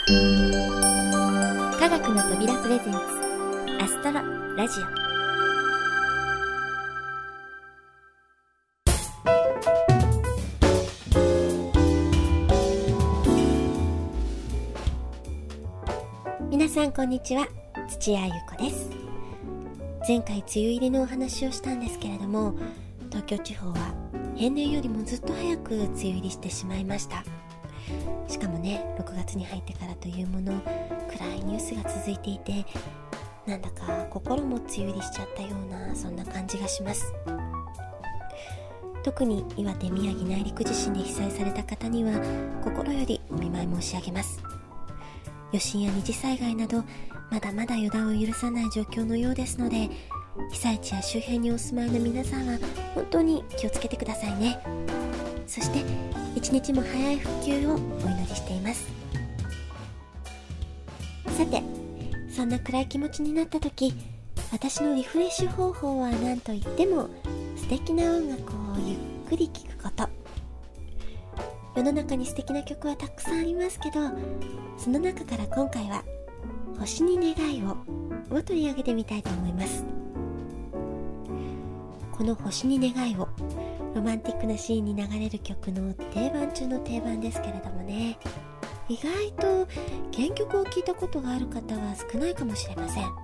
科学の扉プレゼンツアストロラジオ。皆さんこんにちは、土屋ゆ子です。前回梅雨入りのお話をしたんですけれども、東京地方は平年よりもずっと早く梅雨入りしてしまいました。しかもね、6月に入ってからというもの、暗いニュースが続いていて、なんだか心も梅雨入りしちゃったような、そんな感じがします。特に岩手、宮城内陸地震で被災された方には心よりお見舞い申し上げます。余震や二次災害などまだまだ予断を許さない状況のようですので、被災地や周辺にお住まいの皆さんは本当に気をつけてくださいね。そして一日も早い復旧をお祈りしています。さて、そんな暗い気持ちになった時、私のリフレッシュ方法は何といっても素敵な音楽をゆっくり聴くこと。世の中に素敵な曲はたくさんありますけど、その中から今回は星に願いを取り上げてみたいと思います。この星に願いを、ロマンティックなシーンに流れる曲の定番中の定番ですけれどもね、意外と原曲を聴いたことがある方は少ないかもしれません。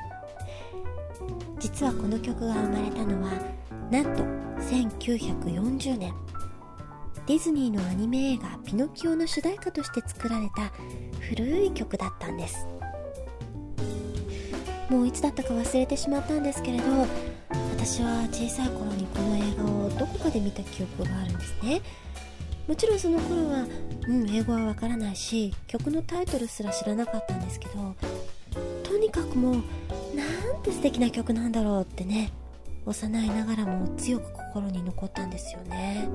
実はこの曲が生まれたのはなんと1940年、ディズニーのアニメ映画ピノキオの主題歌として作られた古い曲だったんです。もういつだったか忘れてしまったんですけれど、私は小さい頃にこの映画をどこかで見た記憶があるんですね。もちろんその頃は、英語はわからないし、曲のタイトルすら知らなかったんですけど、とにかくもうなんて素敵な曲なんだろうってね、幼いながらも強く心に残ったんですよね。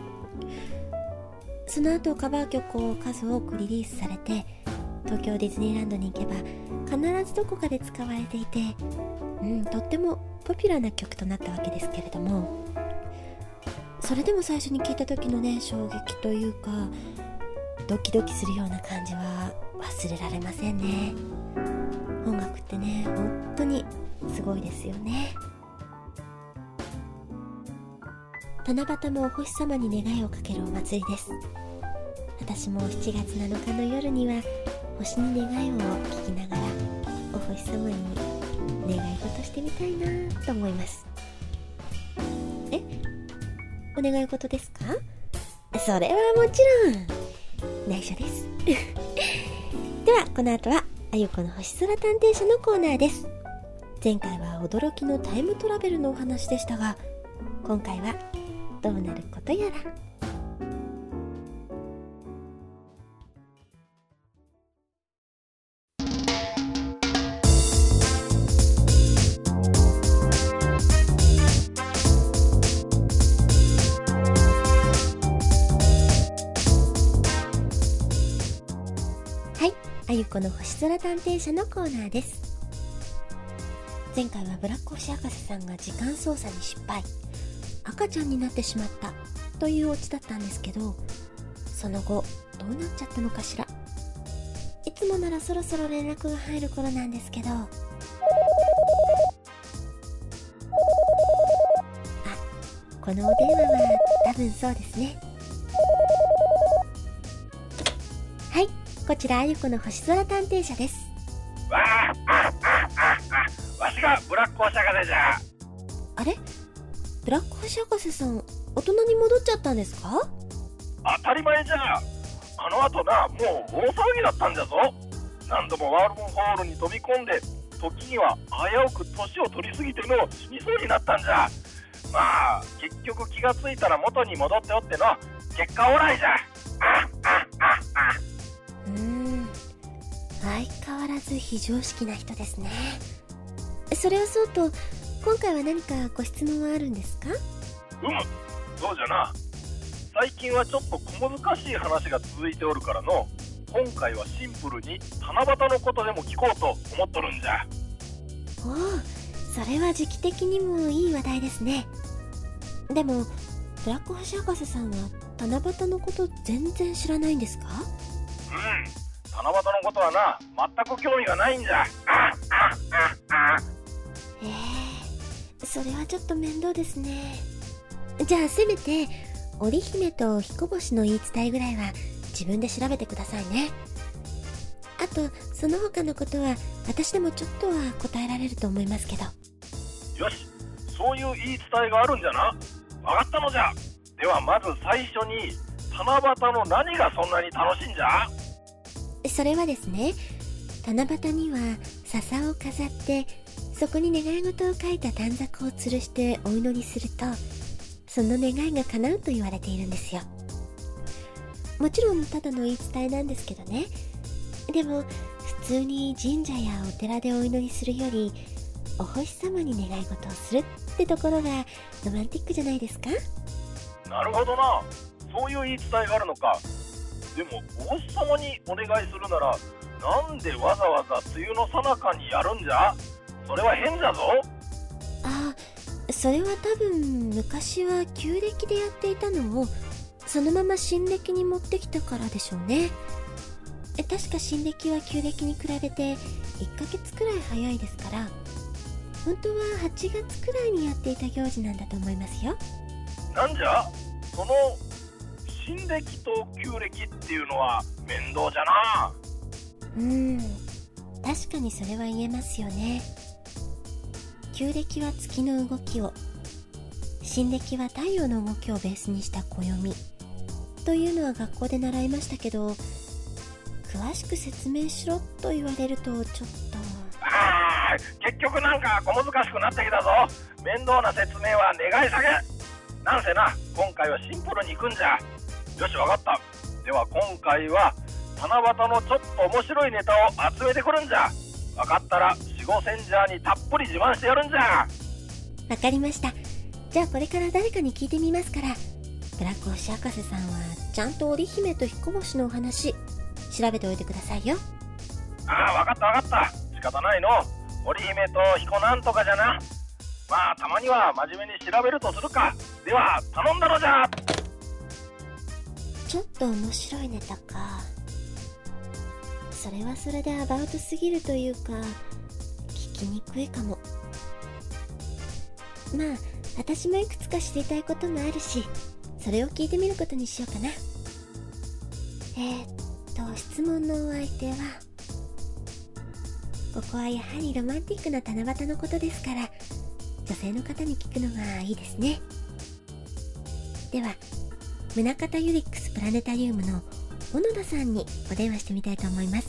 その後カバー曲を数多くリリースされて、東京ディズニーランドに行けば必ずどこかで使われていて、とってもポピュラーな曲となったわけですけれども、それでも最初に聴いた時のね、衝撃というかドキドキするような感じは忘れられませんね。音楽ってね、本当にすごいですよね。七夕もお星様に願いをかけるお祭りです。私も7月7日の夜には星に願いを聞きながらお星様に願い事してみたいなと思います。お願い事ですか？それはもちろん内緒ですではこの後はあゆこの星空探偵社のコーナーです。前回は驚きのタイムトラベルのお話でしたが、今回はどうなることやら。あゆこの星空探偵社のコーナーです。前回はブラック星博士さんが時間操作に失敗、赤ちゃんになってしまったというオチだったんですけど、その後どうなっちゃったのかしら。いつもならそろそろ連絡が入る頃なんですけど、このお電話は多分そうですね。はい、こちらあゆこの星空探偵社です。 わしがブラック星博士じゃ。 あれ、ブラック星博士さん、大人に戻っちゃったんですか？ 当たり前じゃ。あの後な、もう大騒ぎだったんじゃぞ。何度もワールドホールに飛び込んで、時には危うく年を取りすぎての死にそうになったんじゃ。まあ結局気がついたら元に戻っておっての結果オーライじゃ。 相変わらず非常識な人ですね。それはそうと、今回は何かご質問はあるんですか？ そうじゃな。最近はちょっと小難しい話が続いておるからの、今回はシンプルに七夕のことでも聞こうと思っとるんじゃ。 おお、それは時期的にもいい話題ですね。でもブラック星博士さんは七夕のこと全然知らないんですか？ 七夕のことはな、全く興味がないんじゃ。 それはちょっと面倒ですね。じゃあせめて織姫と彦星の言い伝えぐらいは自分で調べてくださいね。あとその他のことは私でもちょっとは答えられると思いますけど。 よし、そういう言い伝えがあるんじゃな。わかったのじゃ。ではまず最初に七夕の何がそんなに楽しいんじゃ。 それはですね、七夕には笹を飾ってそこに願い事を書いた短冊を吊るしてお祈りすると、その願いが叶うと言われているんですよ。もちろんただの言い伝えなんですけどね。でも普通に神社やお寺でお祈りするより、お星様に願い事をするってところがロマンティックじゃないですか。 なるほどな、そういう言い伝えがあるのか。でもお星様にお願いするなら、なんでわざわざ梅雨の最中にやるんじゃ。それは変じゃぞ。 それは多分昔は旧暦でやっていたのをそのまま新暦に持ってきたからでしょうね。確か新暦は旧暦に比べて1ヶ月くらい早いですから、本当は8月くらいにやっていた行事なんだと思いますよ。 なんじゃ、その新暦と旧暦っていうのは面倒じゃな。 確かにそれは言えますよね。旧暦は月の動きを、新暦は太陽の動きをベースにした暦というのは学校で習いましたけど、詳しく説明しろと言われるとちょっと。 結局なんか小難しくなってきたぞ。面倒な説明は願い下げ。なんせな、今回はシンプルにいくんじゃ。よし、わかった。では今回は七夕のちょっと面白いネタを集めてくるんじゃ。わかったら4、5センジャーにたっぷり自慢してやるんじゃ。 わかりました。じゃあこれから誰かに聞いてみますから、ブラック星博士さんはちゃんと織姫と彦星のお話調べておいてくださいよ。 わかったわかった。仕方ないの。織姫と彦なんとかじゃな。まあたまには真面目に調べるとするか。では頼んだのじゃ。 ちょっと面白いネタか。それはそれでアバウトすぎるというか聞きにくいかも。まあ私もいくつか知りたいこともあるし、それを聞いてみることにしようかな。質問のお相手は、ここはやはりロマンティックな七夕のことですから、女性の方に聞くのがいいですね。では宗像ユリックスプラネタリウムの小野田さんにお電話してみたいと思います。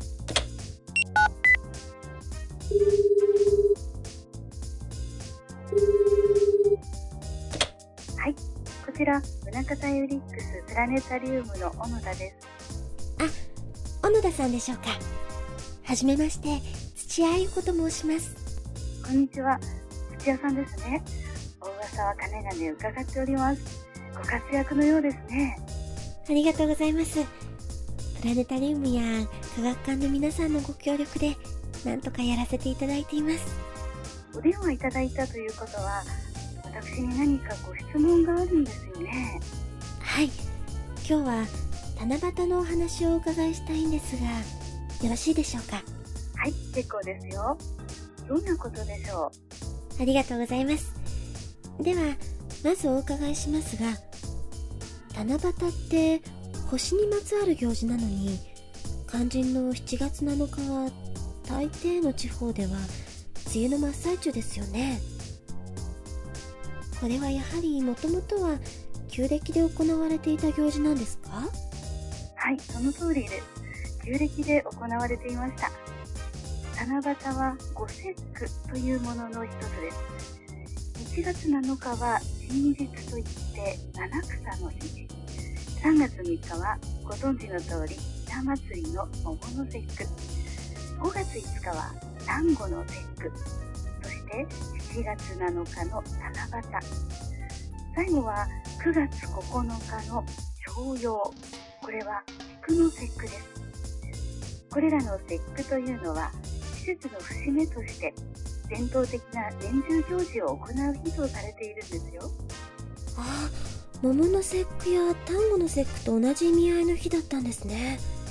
はい、こちら宗像ユリックスプラネタリウムの小野田です。 小野田さんでしょうか。はじめまして、土屋ゆ子と申します。 こんにちは、土屋さんですね。お噂はかねがね伺っております。ご活躍のようですね。 ありがとうございます。プラネタリウムや科学館の皆さんのご協力でなんとかやらせていただいています。 お電話いただいたということは、私に何かご質問があるんですよね。 はい、今日は七夕のお話をお伺いしたいんですが、よろしいでしょうか。 はい、結構ですよ。どんなことでしょう。ありがとうございます。ではまずお伺いしますが、七夕って星にまつわる行事なのに、肝心の7月7日は大抵の地方では梅雨の真っ最中ですよね。これはやはりもともとは旧暦で行われていた行事なんですか？ はい、その通りです。旧暦で行われていました。七夕は五節句というものの一つです。1月7日は新日といって七草の日。3月3日はご存知の通りひな祭りの桃の節句。5月5日は端午の節句。そして7月7日の七夕。最後は9月9日の重陽。これは菊の節句です。これらの節句というのは季節の節目として伝統的な年中行事を行う日とされているんですよ。 ああ、桃の節句や端午の節句と同じ意味合いの日だったんですね。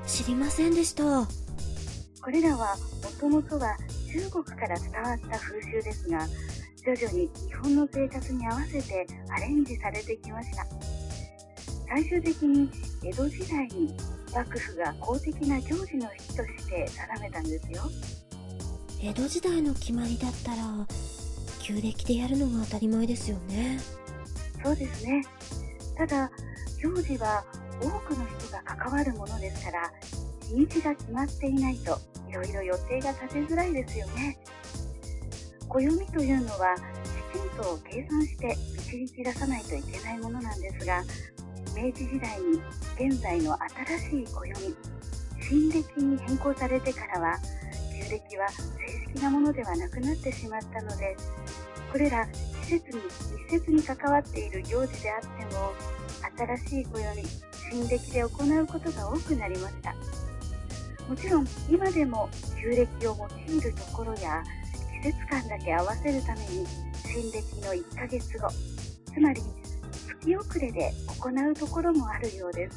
知りませんでした。 これらはもともとは中国から伝わった風習ですが、徐々に日本の生活に合わせてアレンジされてきました。最終的に江戸時代に幕府が公的な行事の日として定めたんですよ。 江戸時代の決まりだったら旧暦でやるのが当たり前ですよね。 そうですね。ただ行事は多くの人が関わるものですから、日にちが決まっていないといろいろ予定が立てづらいですよね。暦というのはきちんと計算して導き出さないといけないものなんですが、明治時代に現在の新しい暦、新暦に変更されてからは、旧暦は正式なものではなくなってしまったので、これら季節に密接に関わっている行事であっても、新しい暦、新暦で行うことが多くなりました。もちろん今でも旧暦を用いるところや、季節感だけ合わせるために新暦の1ヶ月後、つまり月遅れで行うところもあるようです。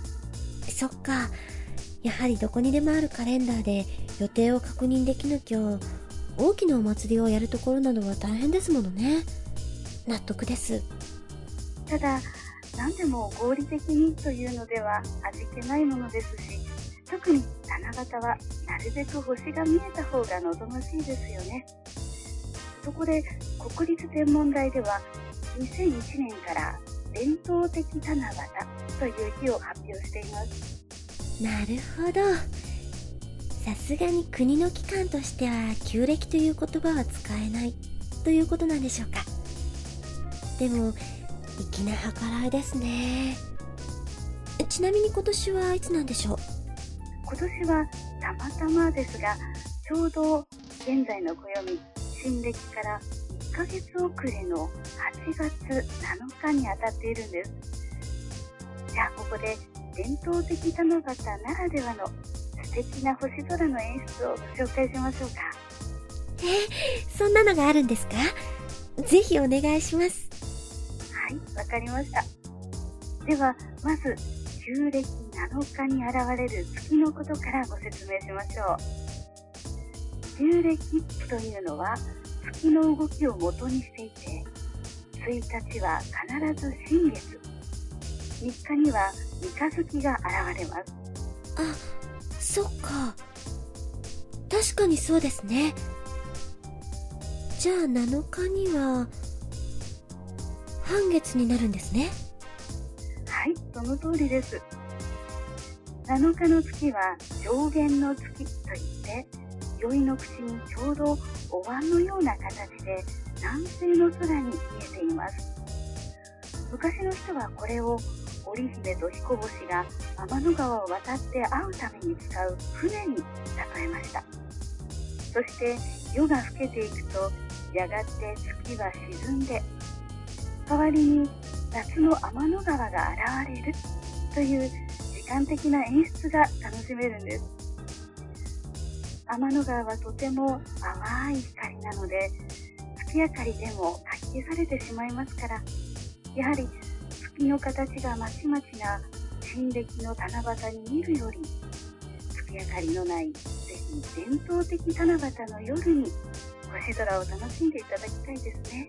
そっか、やはりどこにでもあるカレンダーで予定を確認できなきゃ、大きなお祭りをやるところなどは大変ですものね。納得です。 ただ何でも合理的にというのでは味気ないものですし、特に七夕はなるべく星が見えた方が望ましいですよね。そこで国立天文台では2001年から伝統的七夕という日を発表しています。 なるほど。さすがに国の機関としては旧暦という言葉は使えないということなんでしょうか。でも粋な計らいですね。ちなみに今年はいつなんでしょう。 今年はたまたまですが、ちょうど現在の暦、新暦から1ヶ月遅れの8月7日に当たっているんです。じゃあここで伝統的七夕ならではの素敵な星空の演出をご紹介しましょうか。 そんなのがあるんですか？ぜひお願いします。 はい、わかりました。ではまず旧暦7日に現れる月のことからご説明しましょう。旧暦というのは月の動きを元にしていて、1日は必ず新月、3日には三日月が現れます。 あ、そっか。確かにそうですね。じゃあ7日には半月になるんですね。 はい、その通りです。7日の月は上弦の月といって、宵の口にちょうどお椀のような形で南西の空に見えています。昔の人はこれを織姫と彦星が天の川を渡って会うために使う船に例えました。そして夜が更けていくと、やがて月は沈んで、代わりに夏の天の川が現れるという時間的な演出が楽しめるんです。天の川はとても淡い光なので、月明かりでもかき消されてしまいますから、やはり月の形がまちまちな新暦の七夕に見るより、月明かりのないぜひ伝統的七夕の夜に星空を楽しんでいただきたいですね。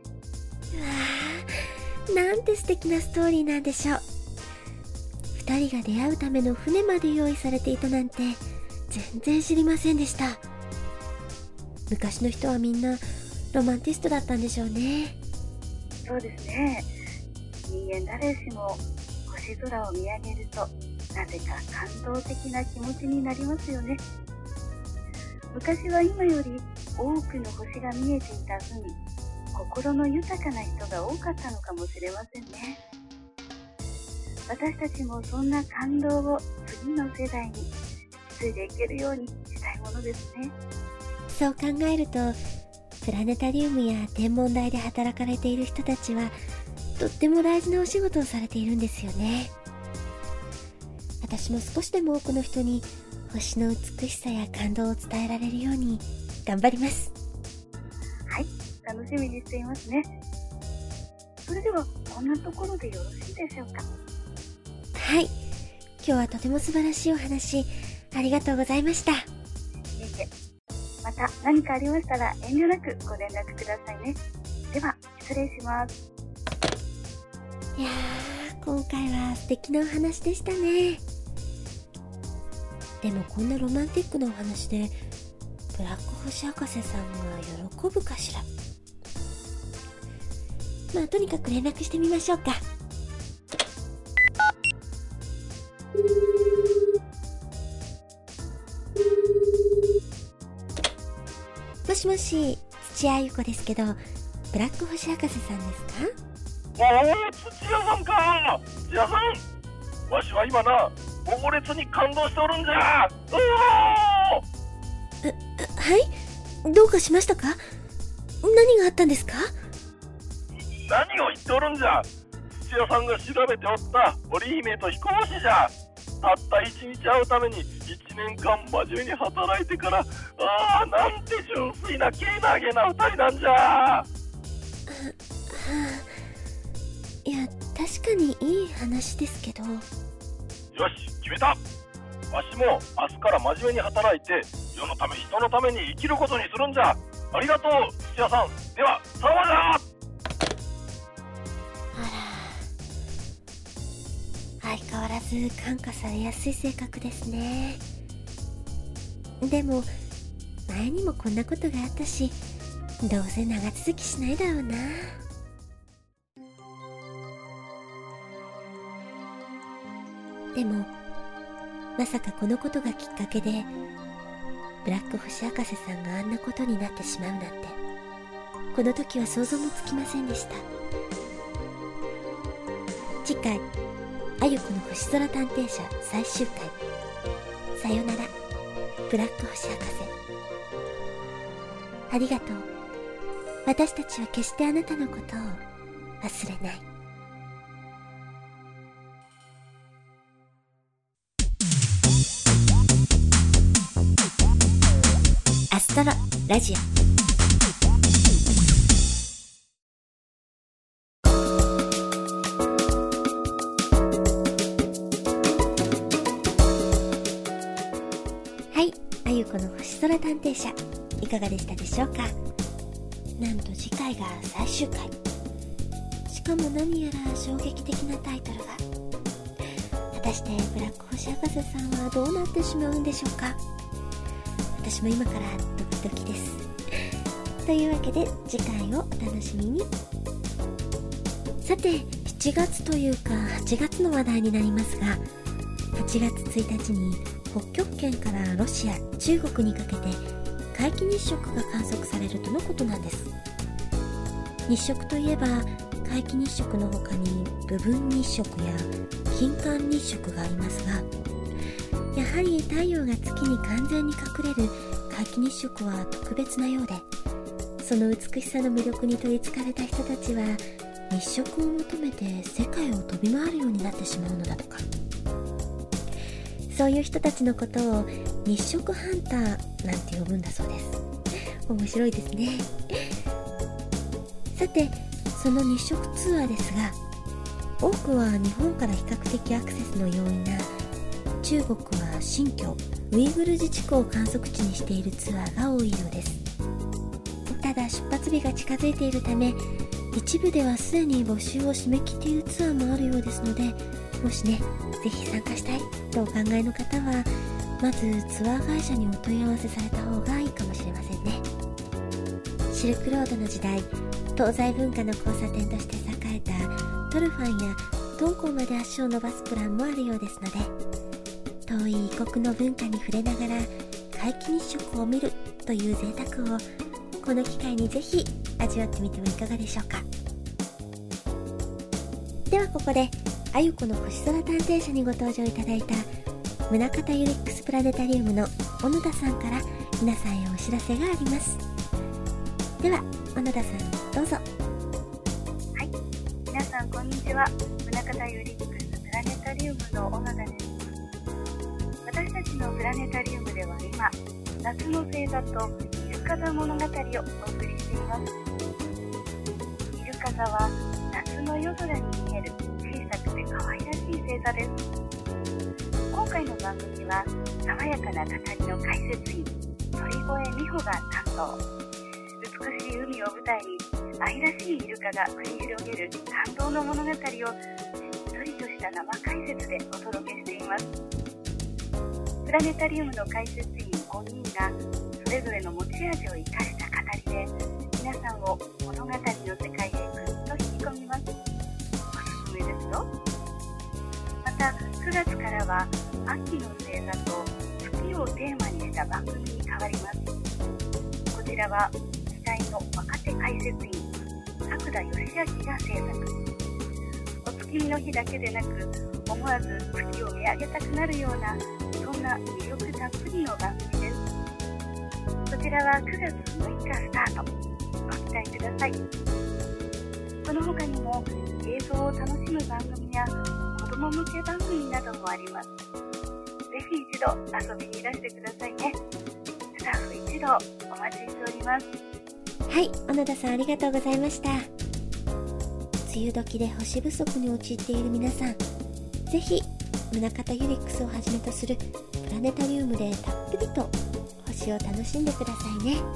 うわー、なんて素敵なストーリーなんでしょう。2人が出会うための船まで用意されていたなんて全然知りませんでした。昔の人はみんなロマンティストだったんでしょうね。 そうですね。人間誰しも星空を見上げるとなぜか感動的な気持ちになりますよね。昔は今より多くの星が見えていた分、心の豊かな人が多かったのかもしれませんね。私たちもそんな感動を次の世代に引き継いでいけるようにしたいものですね。 そう考えると、プラネタリウムや天文台で働かれている人たちはとっても大事なお仕事をされているんですよね。私も少しでも多くの人に星の美しさや感動を伝えられるように頑張ります。 はい、楽しみにしていますね。それではこんなところでよろしいでしょうか。 はい、今日はとても素晴らしいお話ありがとうございました。 いえいえ。また何かありましたら遠慮なくご連絡くださいね。では、失礼します。 いやー、今回は素敵なお話でしたね。でもこんなロマンティックなお話でブラック星博士さんが喜ぶかしら。まあとにかく連絡してみましょうか。もしもし、土屋ゆ子ですけど、ブラック星博士さんですか？ おお、土屋さんか。土屋さん、わしは今な、猛烈に感動しておるんじゃ。 はい？どうかしましたか？何があったんですか？ 何を言っておるんじゃ。土屋さんが調べておった織姫と彦星じゃ。たった一日会うために1年間真面目に働いてから、なんて純粋なけなげな二人なんじゃ。 いや、確かにいい話ですけど。 よし、決めた。わしも明日から真面目に働いて世のため人のために生きることにするんじゃ。ありがとう、土屋さん。では、さらばじゃ。 相変わらず感化されやすい性格ですね。でも前にもこんなことがあったし、どうせ長続きしないだろうな。でもまさかこのことがきっかけでブラック星博士さんがあんなことになってしまうなんて、この時は想像もつきませんでした。次回、あゆこの星空探偵社最終回。さよなら、ブラック星博士。ありがとう。私たちは決してあなたのことを忘れない。アストロラジオ。この星空探偵社、いかがでしたでしょうか。なんと次回が最終回。しかも何やら衝撃的なタイトルが。果たしてブラック星博士さんはどうなってしまうんでしょうか。私も今からドキドキです。というわけで次回をお楽しみに。さて、7月というか8月の話題になりますが、8月1日に北極圏からロシア、中国にかけて皆既日食が観測されるとのことなんです。日食といえば皆既日食の他に部分日食や金環日食がありますが、やはり太陽が月に完全に隠れる皆既日食は特別なようで、その美しさの魅力に取りつかれた人たちは日食を求めて世界を飛び回るようになってしまうのだとか。そういう人たちのことを日食ハンターなんて呼ぶんだそうです。面白いですね。さて、その日食ツアーですが、多くは日本から比較的アクセスの容易な中国は新疆ウイグル自治区を観測地にしているツアーが多いようです。ただ出発日が近づいているため、一部ではすでに募集を締め切っているツアーもあるようですので、もしね、ぜひ参加したいとお考えの方は、まずツアー会社にお問い合わせされた方がいいかもしれませんね。シルクロードの時代、東西文化の交差点として栄えたトルファンや敦煌まで足を伸ばすプランもあるようですので、遠い異国の文化に触れながら皆既日食を見るという贅沢をこの機会にぜひ味わってみてはいかがでしょうか。ではここであゆこの星空探偵社にご登場いただいた宗像ユリックスプラネタリウムの小野田さんから皆さんへお知らせがあります。では小野田さん、どうぞ。 はい、皆さんこんにちは。宗像ユリックスプラネタリウムの小野田です。私たちのプラネタリウムでは今、夏の星座とイルカ座物語をお送りしています。イルカ座は夏の夜空に見える小さくて可愛らしい星座です。今回回の番組は爽やかな語りの解説員鳥越美穂が担当。美しい海を舞台に愛らしいイルカが繰り広げる感動の物語をしっとりとした生解説でお届けしています。プラネタリウムの解説員5人がそれぞれの持ち味を生かした語りで皆さんを物語の世界へぐっと引き込みます。おすすめですよ。また9月からは秋の星座と月をテーマにした番組に変わります。こちらは期待の若手解説員角田義明が制作。お月見の日だけでなく思わず月を見上げたくなるようなそんな魅力たっぷりの番組です。こちらは9月6日スタート。ご期待ください。その他にも映像を楽しむ番組や子ども向け番組などもあります。ぜひ一度遊びにいらしてくださいね。スタッフ一同お待ちしております。 はい、小野田さんありがとうございました。梅雨時で星不足に陥っている皆さん、ぜひ宗像ユリックスをはじめとするプラネタリウムでたっぷりと星を楽しんでくださいね。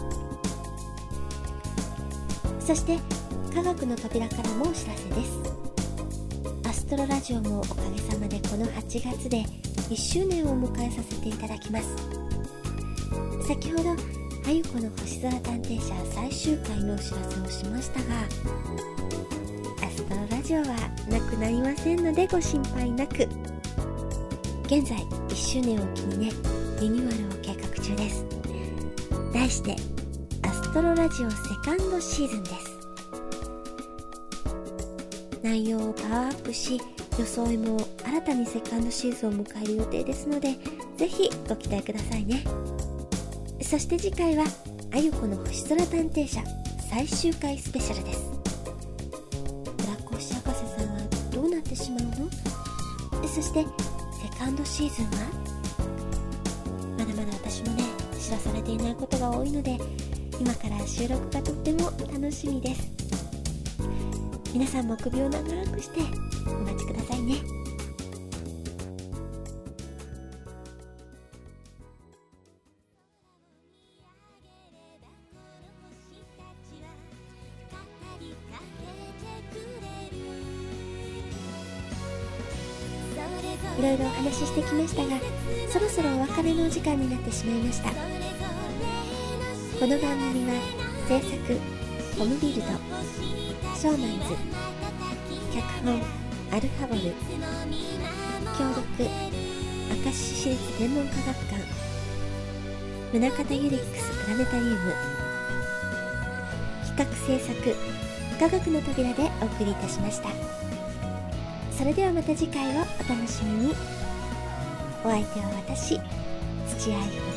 そして科学の扉からもお知らせです。アストロラジオもおかげさまでこの8月で1周年を迎えさせていただきます。先ほどあゆこの星空探偵社最終回のお知らせをしましたが、アストロラジオはなくなりませんのでご心配なく。現在1周年を機にね、リニューアルを計画中です。題してアストロラジオセカンドシーズンです。内容をパワーアップし、装いも新たにセカンドシーズンを迎える予定ですので、ぜひご期待くださいね。そして次回はあゆこの星空探偵社最終回スペシャルです。ブラック星博士さんはどうなってしまうの？そしてセカンドシーズンはまだまだ私もね、知らされていないことが多いので、今から収録がとっても楽しみです。皆さんも首を長くしてお待ちくださいね。いろいろお話ししてきましたが、そろそろお別れのお時間になってしまいました。この番組は制作ホムビルド、ショーマンズ、脚本アルファボル、協力明石市立天文科学館、宗像ユリックスプラネタリウム、企画制作科学の扉でお送りいたしました。それではまた次回をお楽しみに。お相手は私、土屋愛